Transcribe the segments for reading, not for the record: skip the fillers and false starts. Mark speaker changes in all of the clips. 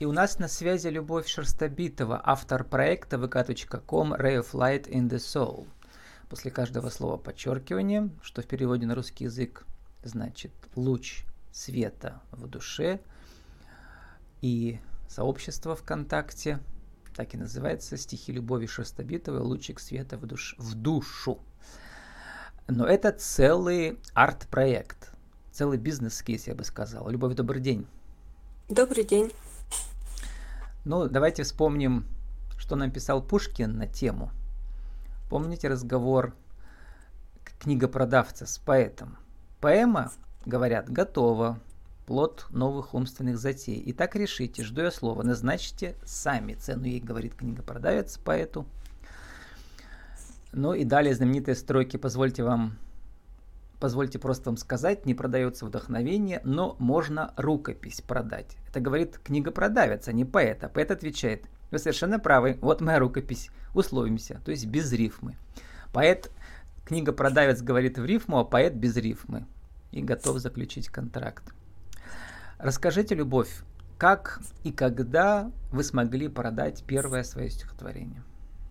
Speaker 1: И у нас на связи Любовь Шерстобитова, автор проекта vk.com Ray of Light in the Soul. После каждого слова подчеркивание, что в переводе на русский язык значит «луч света в душе». И сообщество ВКонтакте так и называется «Стихи Любови Шерстобитовой. Лучик света в душу». Но это целый арт-проект, целый бизнес-кейс, я бы сказал. Любовь, добрый день.
Speaker 2: Добрый день.
Speaker 1: Ну, давайте вспомним, что нам писал Пушкин на тему. Помните разговор книгопродавца с поэтом? Поэма, говорят, готова, плод новых умственных затей. Итак, решите, жду я слова, назначьте сами цену ей, говорит книгопродавец поэту. Ну и далее знаменитые строки «Позвольте просто вам сказать, не продается вдохновение, но можно рукопись продать». Это говорит книгопродавец, а не поэт. А поэт отвечает: вы совершенно правы, вот моя рукопись, условимся, то есть без рифмы. Книгопродавец говорит в рифму, а поэт без рифмы и готов заключить контракт. Расскажите, Любовь, как и когда вы смогли продать первое свое стихотворение?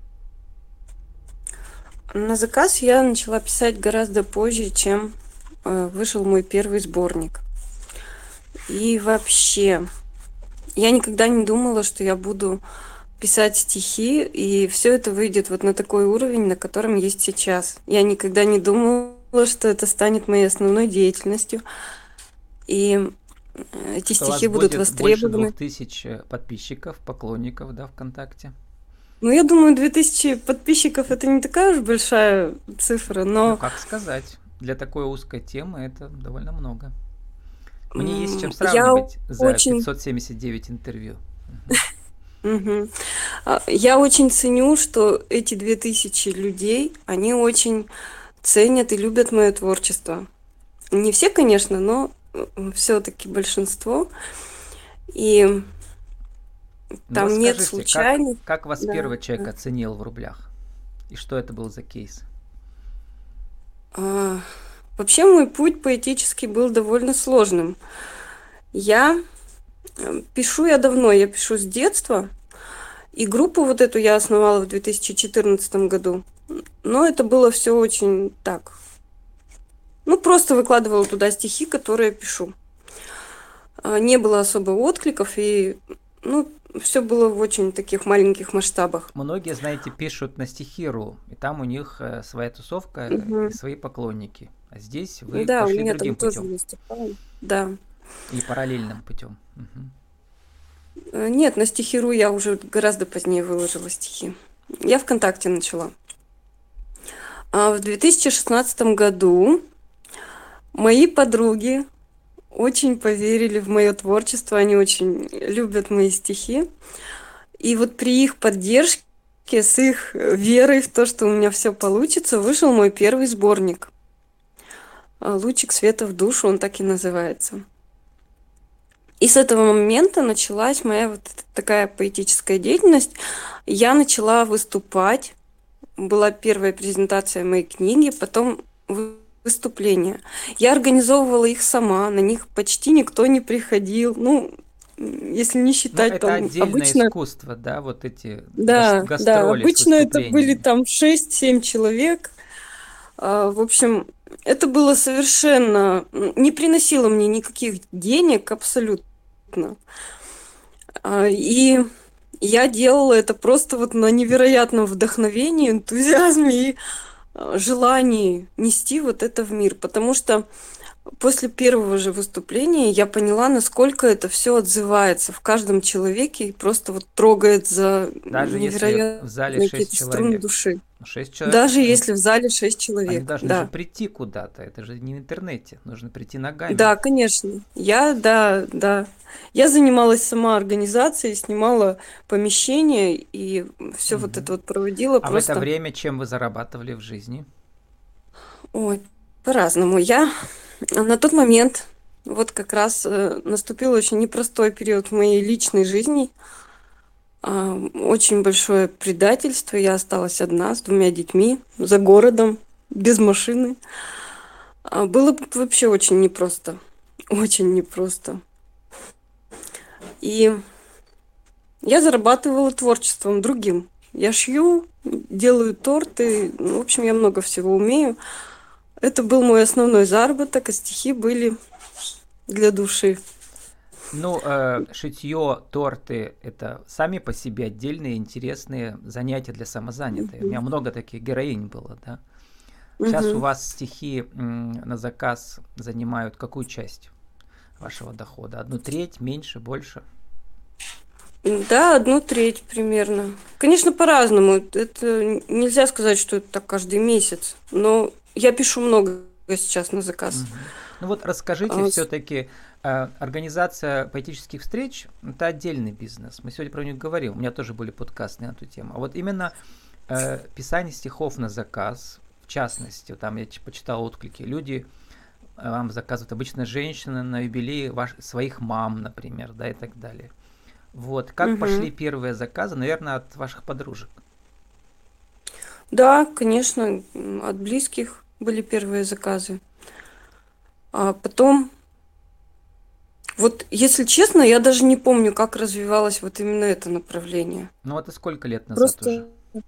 Speaker 2: На заказ я начала писать гораздо позже, чем вышел мой первый сборник. И вообще, я никогда не думала, что я буду писать стихи, и все это выйдет вот на такой уровень, на котором есть сейчас. Я никогда не думала, что это станет моей основной деятельностью. И эти стихи будут востребованы.
Speaker 1: Больше 2000 подписчиков, поклонников, да, ВКонтакте?
Speaker 2: Ну, я думаю, 2000 подписчиков это не такая уж большая цифра, но...
Speaker 1: Ну, как сказать, для такой узкой темы это довольно много. Мне есть с чем сравнивать за 579 интервью.
Speaker 2: Я очень ценю, что эти 2000 людей, они очень ценят и любят мое творчество. Не все, конечно, но все-таки большинство. И там
Speaker 1: расскажите,
Speaker 2: нет случайных.
Speaker 1: Как вас первый человек оценил в рублях? И что это был за кейс?
Speaker 2: Вообще мой путь поэтический был довольно сложным. Я давно, я пишу с детства. И группу вот эту я основала в 2014 году. Но это было все очень так. Ну, просто выкладывала туда стихи, которые я пишу. Не было особо откликов, и все было в очень таких маленьких масштабах.
Speaker 1: Многие, знаете, пишут на Стихи.ру, и там у них своя тусовка и свои поклонники. А здесь вы пошли другим путем.
Speaker 2: Да.
Speaker 1: Или параллельным путем.
Speaker 2: Нет, на Стихи.ру я уже гораздо позднее выложила стихи. Я ВКонтакте начала. А в 2016 году мои подруги очень поверили в мое творчество, они очень любят мои стихи. И вот при их поддержке, с их верой в то, что у меня все получится, вышел мой первый сборник. «Лучик света в душу», он так и называется. И с этого момента началась моя вот такая поэтическая деятельность. Я начала выступать. Была первая презентация моей книги, потом выступления. Я организовывала их сама, на них почти никто не приходил. Ну, если не считать
Speaker 1: это
Speaker 2: там
Speaker 1: отдельное
Speaker 2: обычно...
Speaker 1: искусство, да, вот эти
Speaker 2: гастроли. Да, обычно это были там 6-7 человек. В общем, это было совершенно... Не приносило мне никаких денег абсолютно. И я делала это просто вот на невероятном вдохновении, энтузиазме и желании нести вот это в мир. Потому что после первого же выступления я поняла, насколько это все отзывается в каждом человеке и просто вот трогает за невероятные какие-то струны души.
Speaker 1: 6 человек.
Speaker 2: Даже если в зале 6 человек.
Speaker 1: Они должны же прийти куда-то. Это же не в интернете. Нужно прийти ногами.
Speaker 2: Да, конечно. Я занималась сама организацией, снимала помещение и все вот это вот проводила.
Speaker 1: А в это время чем вы зарабатывали в жизни?
Speaker 2: Ой, по-разному. Я на тот момент вот как раз наступил очень непростой период в моей личной жизни. Очень большое предательство. Я осталась одна с 2 детьми за городом, без машины. Было вообще очень непросто. Очень непросто. И Я зарабатывала творчеством другим. Я шью, делаю торты, ну, в общем, я много всего умею. Это был мой основной заработок, а стихи были для души.
Speaker 1: Ну, шитье, торты — это сами по себе отдельные интересные занятия для самозанятой. У меня много таких героинь было, да. Сейчас у
Speaker 2: Мгм.
Speaker 1: вас стихи на заказ занимают какую часть вашего дохода? Одну треть, меньше, больше?
Speaker 2: Да, одну треть примерно. Конечно, по-разному. Это нельзя сказать, что это так каждый месяц. Но я пишу много сейчас на заказ.
Speaker 1: Мгм. Ну вот расскажите
Speaker 2: А,
Speaker 1: все-таки, организация поэтических встреч — это отдельный бизнес. Мы сегодня про него говорим. У меня тоже были подкасты на эту тему. А вот именно писание стихов на заказ, в частности, там я почитал отклики, люди вам заказывают, обычно женщины на юбилей своих мам, например, да, и так далее. Вот, как
Speaker 2: Мгм.
Speaker 1: пошли первые заказы, наверное, от ваших подружек?
Speaker 2: Да, конечно, от близких были первые заказы. А потом, вот если честно, я даже не помню, как развивалось вот именно это направление.
Speaker 1: Ну, это сколько лет назад уже?
Speaker 2: Просто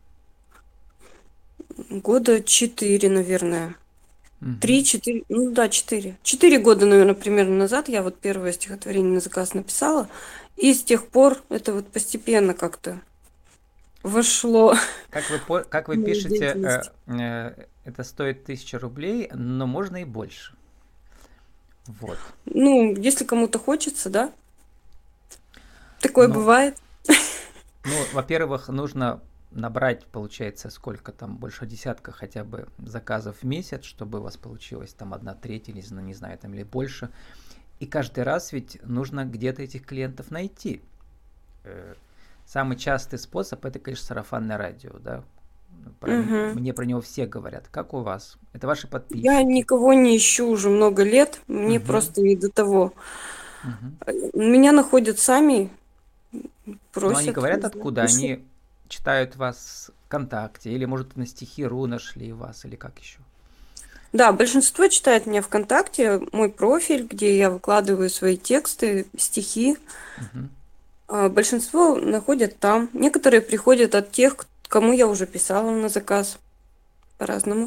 Speaker 2: года 4, наверное.
Speaker 1: Мгм.
Speaker 2: 3-4, ну да, 4. 4 года, наверное, примерно назад я вот первое стихотворение на заказ написала. И с тех пор это вот постепенно как-то вошло
Speaker 1: Как
Speaker 2: в
Speaker 1: вы
Speaker 2: мою
Speaker 1: пишете,
Speaker 2: деятельность.
Speaker 1: это стоит 1000 рублей, но можно и больше. Вот.
Speaker 2: Ну, если кому-то хочется, да, такое
Speaker 1: Ну,
Speaker 2: бывает.
Speaker 1: ну, во-первых, нужно набрать, получается, сколько там, больше десятка хотя бы заказов в месяц, чтобы у вас получилось там одна треть или, не знаю, там или больше. И каждый раз ведь нужно где-то этих клиентов найти. Э, Самый частый способ — это, конечно, сарафанное радио, да.
Speaker 2: Мгм.
Speaker 1: Мне про него все говорят. Как у вас? Это ваши
Speaker 2: Я
Speaker 1: подписчики?
Speaker 2: никого не ищу уже много лет, мне
Speaker 1: Мгм,
Speaker 2: просто не до того.
Speaker 1: мгм.
Speaker 2: Меня находят сами,
Speaker 1: Но они
Speaker 2: просят,
Speaker 1: говорят,
Speaker 2: не знаю,
Speaker 1: откуда?
Speaker 2: пишу.
Speaker 1: Они читают вас ВКонтакте, или, может, на стихи.ру нашли вас, или как еще?
Speaker 2: Да, большинство читает меня ВКонтакте, мой профиль, где я выкладываю свои тексты, стихи.
Speaker 1: Мгм.
Speaker 2: Большинство находят там. Некоторые приходят от тех, кому я уже писала на заказ. По-разному.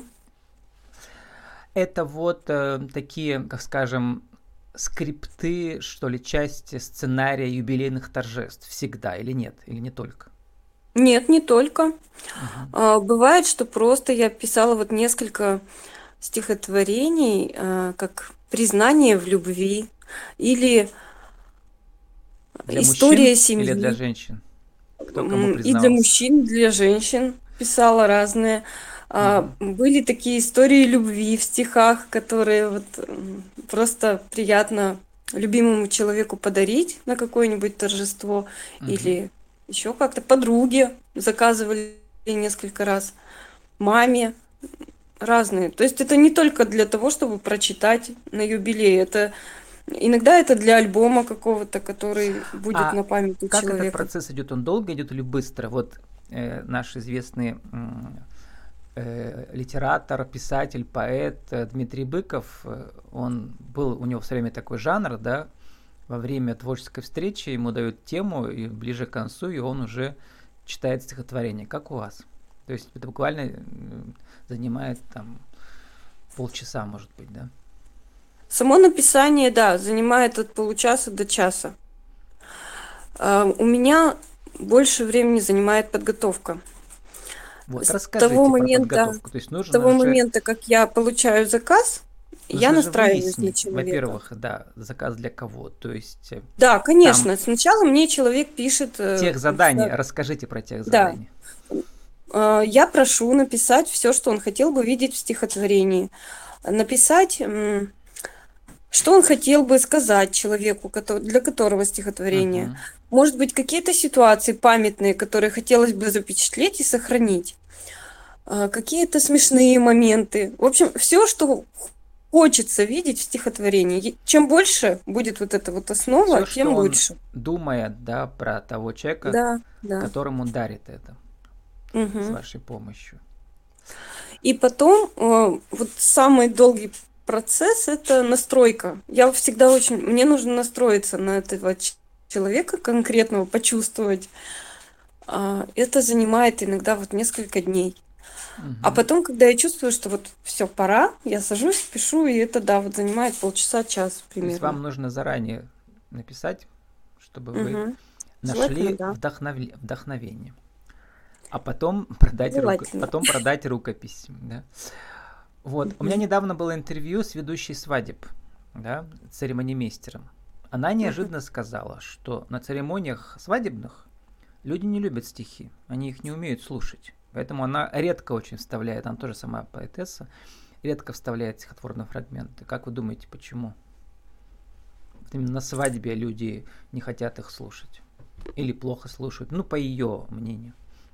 Speaker 1: Это вот такие, как скажем, скрипты, что ли, части сценария юбилейных торжеств всегда, или нет, или не только?
Speaker 2: Нет, не только.
Speaker 1: Мгм.
Speaker 2: Бывает, что просто я писала вот несколько стихотворений, как признание в любви или
Speaker 1: Для мужчин
Speaker 2: история
Speaker 1: или для
Speaker 2: семьи.
Speaker 1: женщин? Кто кому
Speaker 2: И для
Speaker 1: признавался?
Speaker 2: мужчин, и для женщин писала разные.
Speaker 1: Мгм.
Speaker 2: Были такие истории любви в стихах, которые вот просто приятно любимому человеку подарить на какое-нибудь торжество
Speaker 1: Мгм.
Speaker 2: или еще как-то подруге заказывали несколько раз, маме разные. То есть это не только для того, чтобы прочитать на юбилей, это иногда это для альбома какого-то, который будет
Speaker 1: А
Speaker 2: на память у
Speaker 1: как этот
Speaker 2: человека.
Speaker 1: процесс идет? Он долго идет или быстро? Вот наш известный литератор, писатель, поэт Дмитрий Быков, у него все время такой жанр, да, во время творческой встречи ему дают тему, и ближе к концу, и он уже читает стихотворение. Как у вас? То есть это буквально занимает там полчаса, может быть, да?
Speaker 2: Само написание, да, занимает от получаса до часа. У меня больше времени занимает подготовка.
Speaker 1: Вот,
Speaker 2: С того
Speaker 1: расскажите про
Speaker 2: момента,
Speaker 1: подготовку. То есть
Speaker 2: с того момента, как я получаю заказ, я
Speaker 1: нужно же
Speaker 2: настраиваюсь на
Speaker 1: выяснить,
Speaker 2: человека.
Speaker 1: во-первых, да, заказ для кого. То есть
Speaker 2: Да,
Speaker 1: там
Speaker 2: конечно. Сначала мне человек пишет,
Speaker 1: тех заданий, расскажите про тех
Speaker 2: да,
Speaker 1: заданий.
Speaker 2: я прошу написать все, что он хотел бы видеть в стихотворении. Написать, что он хотел бы сказать человеку, для которого стихотворение.
Speaker 1: Мгм.
Speaker 2: Может быть, какие-то ситуации памятные, которые хотелось бы запечатлеть и сохранить. Какие-то смешные моменты. В общем, все, что хочется видеть в стихотворении. Чем больше будет вот эта вот основа,
Speaker 1: Все, что
Speaker 2: тем
Speaker 1: он
Speaker 2: лучше.
Speaker 1: думает, да, про того человека,
Speaker 2: Да, да.
Speaker 1: которому он дарит это с
Speaker 2: Мгм.
Speaker 1: вашей помощью.
Speaker 2: И потом вот самый долгий процесс — это настройка. Я всегда очень... Мне нужно настроиться на этого человека конкретного почувствовать, это занимает иногда вот несколько дней. А
Speaker 1: Мгм.
Speaker 2: потом, когда я чувствую, что вот все, пора, я сажусь, пишу, и это, да, вот занимает полчаса, час
Speaker 1: То есть
Speaker 2: примерно.
Speaker 1: вам нужно заранее написать, чтобы вы
Speaker 2: Мгм. Желательно,
Speaker 1: нашли
Speaker 2: да.
Speaker 1: вдохновение, а потом
Speaker 2: Желательно.
Speaker 1: потом продать рукопись, да. Вот. У меня
Speaker 2: Мгм.
Speaker 1: недавно было интервью с ведущей свадеб, да, церемонимейстером. Она
Speaker 2: Мгм.
Speaker 1: неожиданно сказала, что на церемониях свадебных люди не любят стихи, они их не умеют слушать. Поэтому она редко очень вставляет, она тоже сама поэтесса, редко вставляет стихотворные фрагменты. Как вы думаете, почему? Вот именно на свадьбе люди не хотят их слушать. Или плохо слушают, ну, по ее мнению.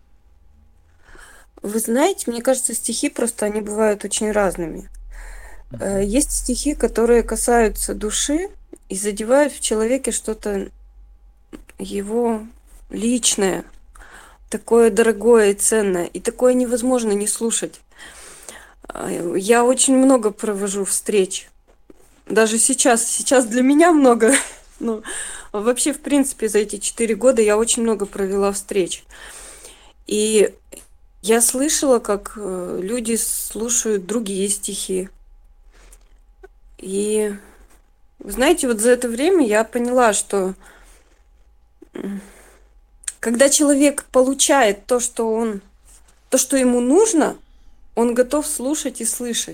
Speaker 2: Вы знаете, мне кажется, стихи просто они бывают очень разными.
Speaker 1: Мгм.
Speaker 2: Есть стихи, которые касаются души и задевают в человеке что-то его личное, такое дорогое и ценное, и такое невозможно не слушать. Я очень много провожу встреч. Даже сейчас для меня много. Ну, вообще, в принципе, за эти 4 года я очень много провела встреч. И я слышала, как люди слушают другие стихи. И, вы знаете, вот за это время я поняла, что когда человек получает то, что ему нужно, он готов слушать и слышать.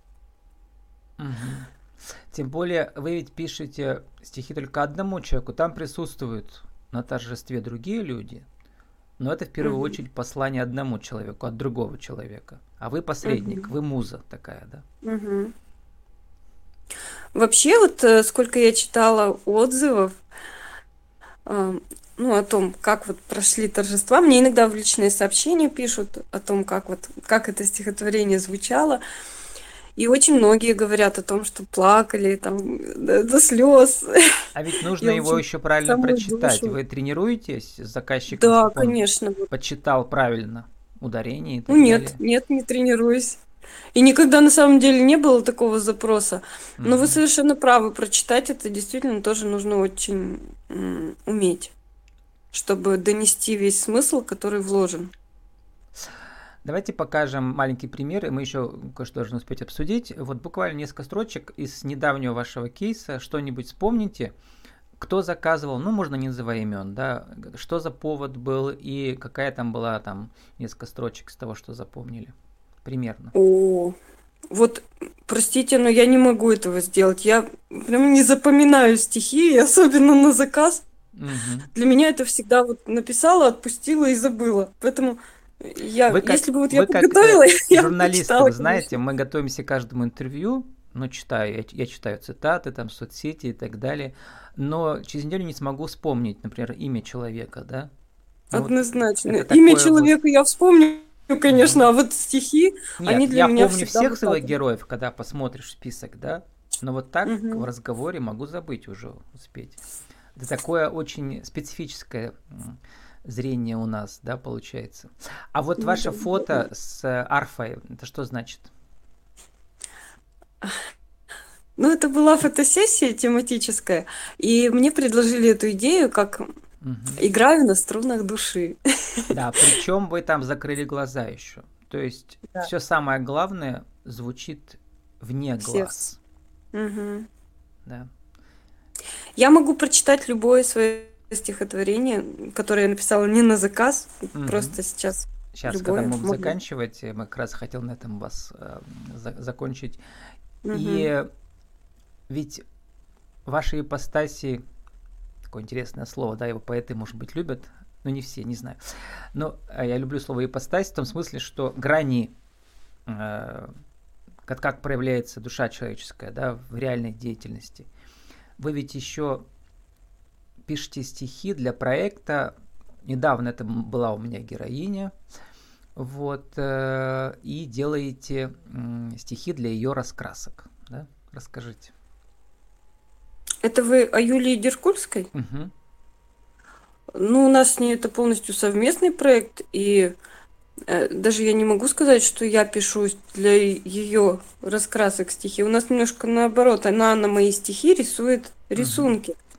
Speaker 1: Мгм. Тем более, вы ведь пишете стихи только одному человеку, там присутствуют на торжестве другие люди, но это в первую
Speaker 2: Мгм.
Speaker 1: очередь послание одному человеку от другого человека. А вы посредник,
Speaker 2: Мгм.
Speaker 1: вы муза такая, да?
Speaker 2: Мгм. Вообще, вот сколько я читала отзывов, а, ну, о том, как вот прошли торжества, мне иногда в личные сообщения пишут о том, как это стихотворение звучало. И очень многие говорят о том, что плакали там до слез.
Speaker 1: А ведь нужно
Speaker 2: И, в
Speaker 1: его
Speaker 2: общем,
Speaker 1: еще
Speaker 2: в
Speaker 1: правильно
Speaker 2: самую
Speaker 1: прочитать.
Speaker 2: душу.
Speaker 1: Вы тренируетесь с заказчиком,
Speaker 2: Да,
Speaker 1: чтобы он
Speaker 2: конечно. Вот.
Speaker 1: подчитал правильно ударение и
Speaker 2: Ну
Speaker 1: так
Speaker 2: нет,
Speaker 1: далее?
Speaker 2: нет, не тренируюсь. И никогда на самом деле не было такого запроса. Но вы
Speaker 1: Мгм.
Speaker 2: совершенно правы, прочитать это действительно тоже нужно очень уметь, чтобы донести весь смысл, который вложен.
Speaker 1: Давайте покажем маленький пример, и мы еще кое-что должны успеть обсудить. Вот буквально несколько строчек из недавнего вашего кейса. Что-нибудь вспомните, кто заказывал, ну, можно не называя имен, да, что за повод был и какая там была там несколько строчек из того, что запомнили. Примерно.
Speaker 2: О, вот, простите, но я не могу этого сделать. Я прям не запоминаю стихи, и особенно на заказ.
Speaker 1: Мгм.
Speaker 2: Для меня это всегда вот написала, отпустила и забыла. Поэтому если бы вот я
Speaker 1: Вы как
Speaker 2: подготовила, я бы
Speaker 1: журналисты,
Speaker 2: прочитала,
Speaker 1: вы знаете,
Speaker 2: конечно.
Speaker 1: мы готовимся к каждому интервью, ну, читаю, я читаю цитаты, там, соцсети и так далее, но через неделю не смогу вспомнить, например, имя человека, да. Ну, вот
Speaker 2: Однозначно.
Speaker 1: это
Speaker 2: Имя
Speaker 1: такое вот.
Speaker 2: человека я вспомню, конечно,
Speaker 1: Мгм.
Speaker 2: а вот стихи,
Speaker 1: Нет,
Speaker 2: они для
Speaker 1: я
Speaker 2: меня
Speaker 1: помню
Speaker 2: всегда
Speaker 1: всех
Speaker 2: вот так
Speaker 1: своих
Speaker 2: вот.
Speaker 1: героев, когда посмотришь список, да, но вот так в
Speaker 2: Мгм.
Speaker 1: разговоре могу забыть уже успеть. Это такое очень специфическое зрение у нас, да, получается. А вот
Speaker 2: Ну
Speaker 1: ваше
Speaker 2: да, да, да.
Speaker 1: фото с арфой, это что значит?
Speaker 2: Ну, это была фотосессия тематическая, и мне предложили эту идею, как
Speaker 1: Мгм.
Speaker 2: играю на струнах души.
Speaker 1: Да, причем вы там закрыли глаза еще. То есть
Speaker 2: Да.
Speaker 1: все самое главное звучит вне
Speaker 2: В сердце.
Speaker 1: глаз,
Speaker 2: Мгм.
Speaker 1: да.
Speaker 2: Я могу прочитать любое свое стихотворение, которое я написала не на заказ,
Speaker 1: Мгм.
Speaker 2: просто сейчас
Speaker 1: Сейчас, когда
Speaker 2: любое
Speaker 1: мы будем
Speaker 2: могу.
Speaker 1: заканчивать, мы как раз хотел на этом вас закончить.
Speaker 2: Мгм.
Speaker 1: И ведь ваши ипостаси, такое интересное слово, да, его поэты, может быть, любят, но не все, не знаю. Но я люблю слово ипостась в том смысле, что грани, э, как проявляется душа человеческая, да, в реальной деятельности. Вы ведь еще пишете стихи для проекта. Недавно это была у меня героиня. Вот. И делаете стихи для ее раскрасок. Да? Расскажите.
Speaker 2: Это вы о Юлии Деркульской?
Speaker 1: Мгм.
Speaker 2: Ну, у нас с ней это полностью совместный проект, и даже я не могу сказать, что я пишу для ее раскрасок стихи. У нас немножко наоборот. Она на мои стихи рисует
Speaker 1: Мгм.
Speaker 2: рисунки.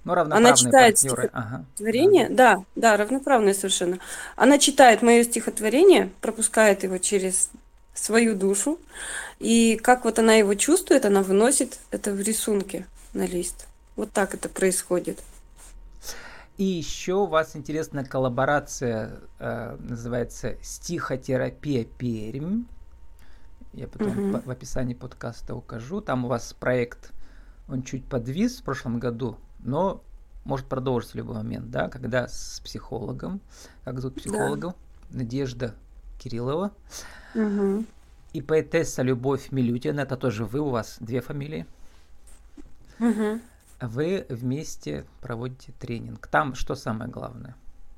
Speaker 1: Ну,
Speaker 2: Она
Speaker 1: равноправные
Speaker 2: читает
Speaker 1: партнеры. Ага. Да, да.
Speaker 2: стихотворение, да, да, равноправная совершенно. Она читает мое стихотворение, пропускает его через свою душу, и как вот она его чувствует, она выносит это в рисунке на лист. Вот так это происходит.
Speaker 1: И еще у вас интересная коллаборация, называется «Стихотерапия Пермь». Я потом
Speaker 2: Мгм.
Speaker 1: в описании подкаста укажу. Там у вас проект, он чуть подвис в прошлом году, но может продолжиться в любой момент, да, когда с психологом, как зовут
Speaker 2: Да.
Speaker 1: психологом, Надежда Кириллова,
Speaker 2: Мгм.
Speaker 1: и поэтесса Любовь Милютина, это тоже вы, у вас две фамилии.
Speaker 2: Мгм.
Speaker 1: Вы вместе проводите тренинг. Там что самое главное?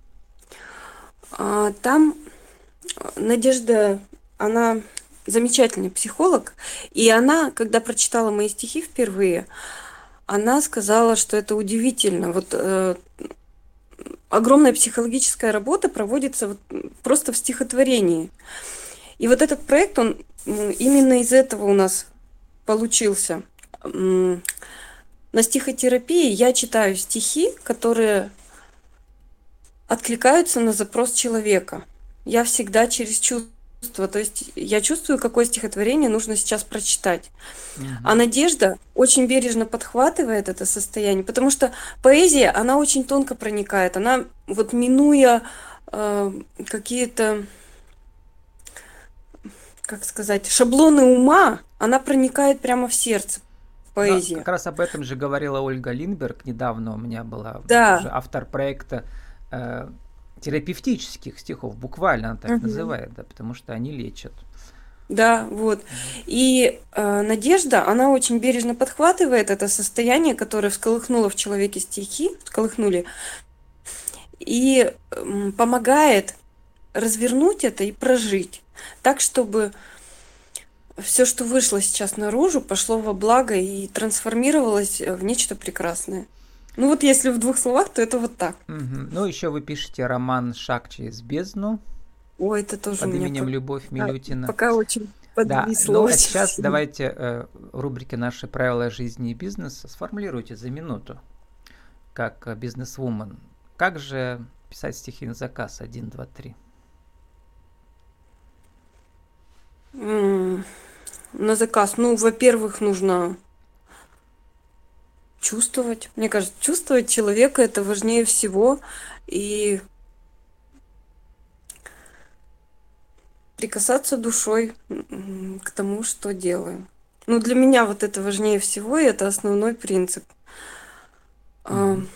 Speaker 2: Там Надежда, она замечательный психолог, и она, когда прочитала мои стихи впервые, она сказала, что это удивительно. Вот огромная психологическая работа проводится вот, просто в стихотворении. И вот этот проект, он именно из этого у нас получился. На стихотерапии я читаю стихи, которые откликаются на запрос человека. Я всегда через чувство, то есть я чувствую, какое стихотворение нужно сейчас прочитать. А
Speaker 1: Мгм.
Speaker 2: Надежда очень бережно подхватывает это состояние, потому что поэзия, она очень тонко проникает, она вот минуя какие-то, как сказать, шаблоны ума, она проникает прямо в сердце
Speaker 1: Да,
Speaker 2: поэзии.
Speaker 1: как раз об этом же говорила Ольга Линдберг. Недавно у меня была тоже
Speaker 2: Да.
Speaker 1: автор проекта э, терапевтических стихов. Буквально она так
Speaker 2: Мгм.
Speaker 1: называет, да, потому что они лечат.
Speaker 2: Да, вот.
Speaker 1: Мгм.
Speaker 2: И Надежда, она очень бережно подхватывает это состояние, которое всколыхнуло в человеке стихи, всколыхнули, и помогает развернуть это и прожить так, чтобы все, что вышло сейчас наружу, пошло во благо и трансформировалось в нечто прекрасное. Ну вот если в двух словах, то это вот так.
Speaker 1: Мгм. Ну, еще вы пишете роман «Шаг через бездну»
Speaker 2: Ой, это тоже у
Speaker 1: под
Speaker 2: меня
Speaker 1: именем Любовь Милютина.
Speaker 2: пока очень
Speaker 1: Да,
Speaker 2: подвисло
Speaker 1: ну а
Speaker 2: очень
Speaker 1: сейчас
Speaker 2: сильно.
Speaker 1: давайте в рубрике «Наши правила жизни и бизнеса» сформулируйте за минуту, как бизнесвумен. Как же писать стихи на заказ? Один, два, три.
Speaker 2: М, На заказ. Ну, во-первых, нужно чувствовать. Мне кажется, чувствовать человека это важнее всего. И прикасаться душой к тому, что делаю. Ну, для меня вот это важнее всего, и это основной принцип. А,
Speaker 1: Мгм.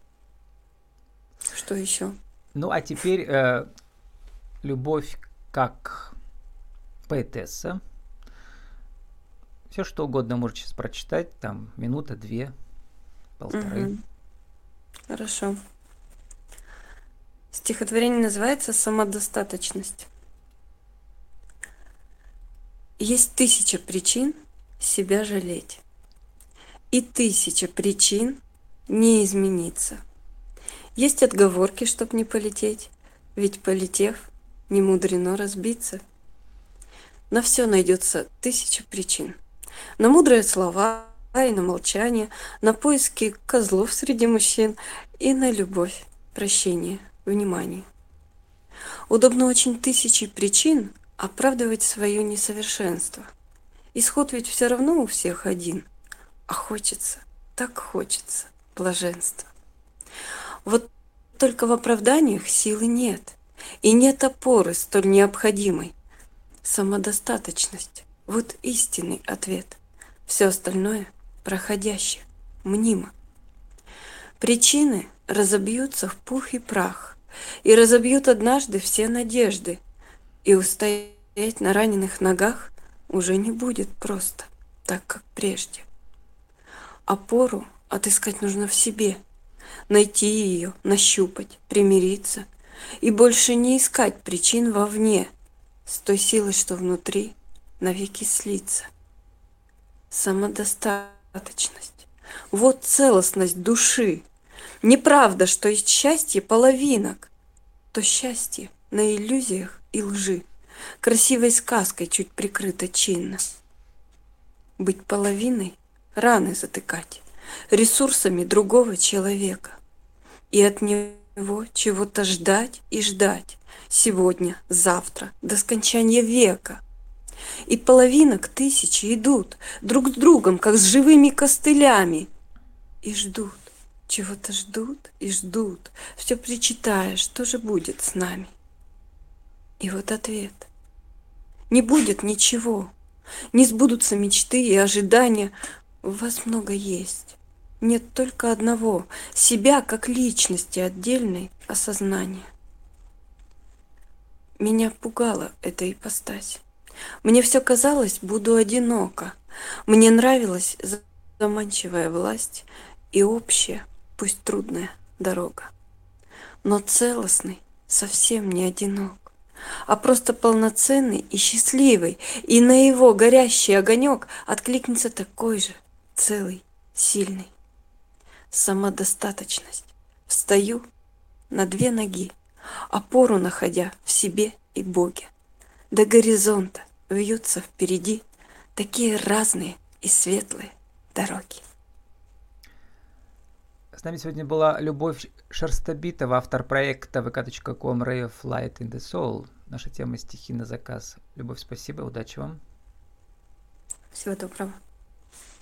Speaker 2: Что еще?
Speaker 1: Ну, а теперь любовь как поэтесса. Все что угодно можете сейчас прочитать, там минута, две, полторы.
Speaker 2: Мгм. Хорошо. Стихотворение называется «Самодостаточность». Есть тысяча причин себя жалеть, и тысяча причин не измениться. Есть отговорки, чтоб не полететь, ведь полетев, не мудрено разбиться. На все найдется тысяча причин. На мудрые слова и на молчание, на поиски козлов среди мужчин и на любовь, прощение, внимание. Удобно очень тысячи причин оправдывать свое несовершенство. Исход ведь все равно у всех один, а хочется, так хочется блаженства. Вот только в оправданиях силы нет, и нет опоры столь необходимой. Самодостаточность – вот истинный ответ. Все остальное проходяще, мнимо. Причины разобьются в пух и прах, и разобьют однажды все надежды, и устоять на раненых ногах уже не будет просто, так как прежде. Опору отыскать нужно в себе, найти ее, нащупать, примириться и больше не искать причин вовне, с той силой, что внутри, навеки слиться. Самодостаточность. Вот целостность души. Неправда, что есть счастье половинок, то счастье на иллюзиях и лжи, красивой сказкой чуть прикрыто чинно. Быть половиной — раны затыкать, ресурсами другого человека. И от него чего-то ждать и ждать. Сегодня, завтра, до скончания века. И половинок тысячи идут друг с другом, как с живыми костылями. И ждут, чего-то ждут и ждут, все причитая, что же будет с нами. И вот ответ. Не будет ничего, не сбудутся мечты и ожидания. У вас много есть. Нет только одного, себя как личности отдельной осознания. Меня пугала эта ипостась. Мне все казалось, буду одиноко. Мне нравилась заманчивая власть и общая, пусть трудная, дорога. Но целостный совсем не одинок, а просто полноценный и счастливый, и на его горящий огонек откликнется такой же, целый, сильный. Самодостаточность. Встаю на 2 ноги, опору находя в себе и Боге. До горизонта вьются впереди такие разные и светлые дороги.
Speaker 1: С нами сегодня была Любовь Шерстобитова, автор проекта vk.com Ray of Light in the Soul. Наша тема стихи на заказ. Любовь, спасибо, удачи вам.
Speaker 2: Всего доброго.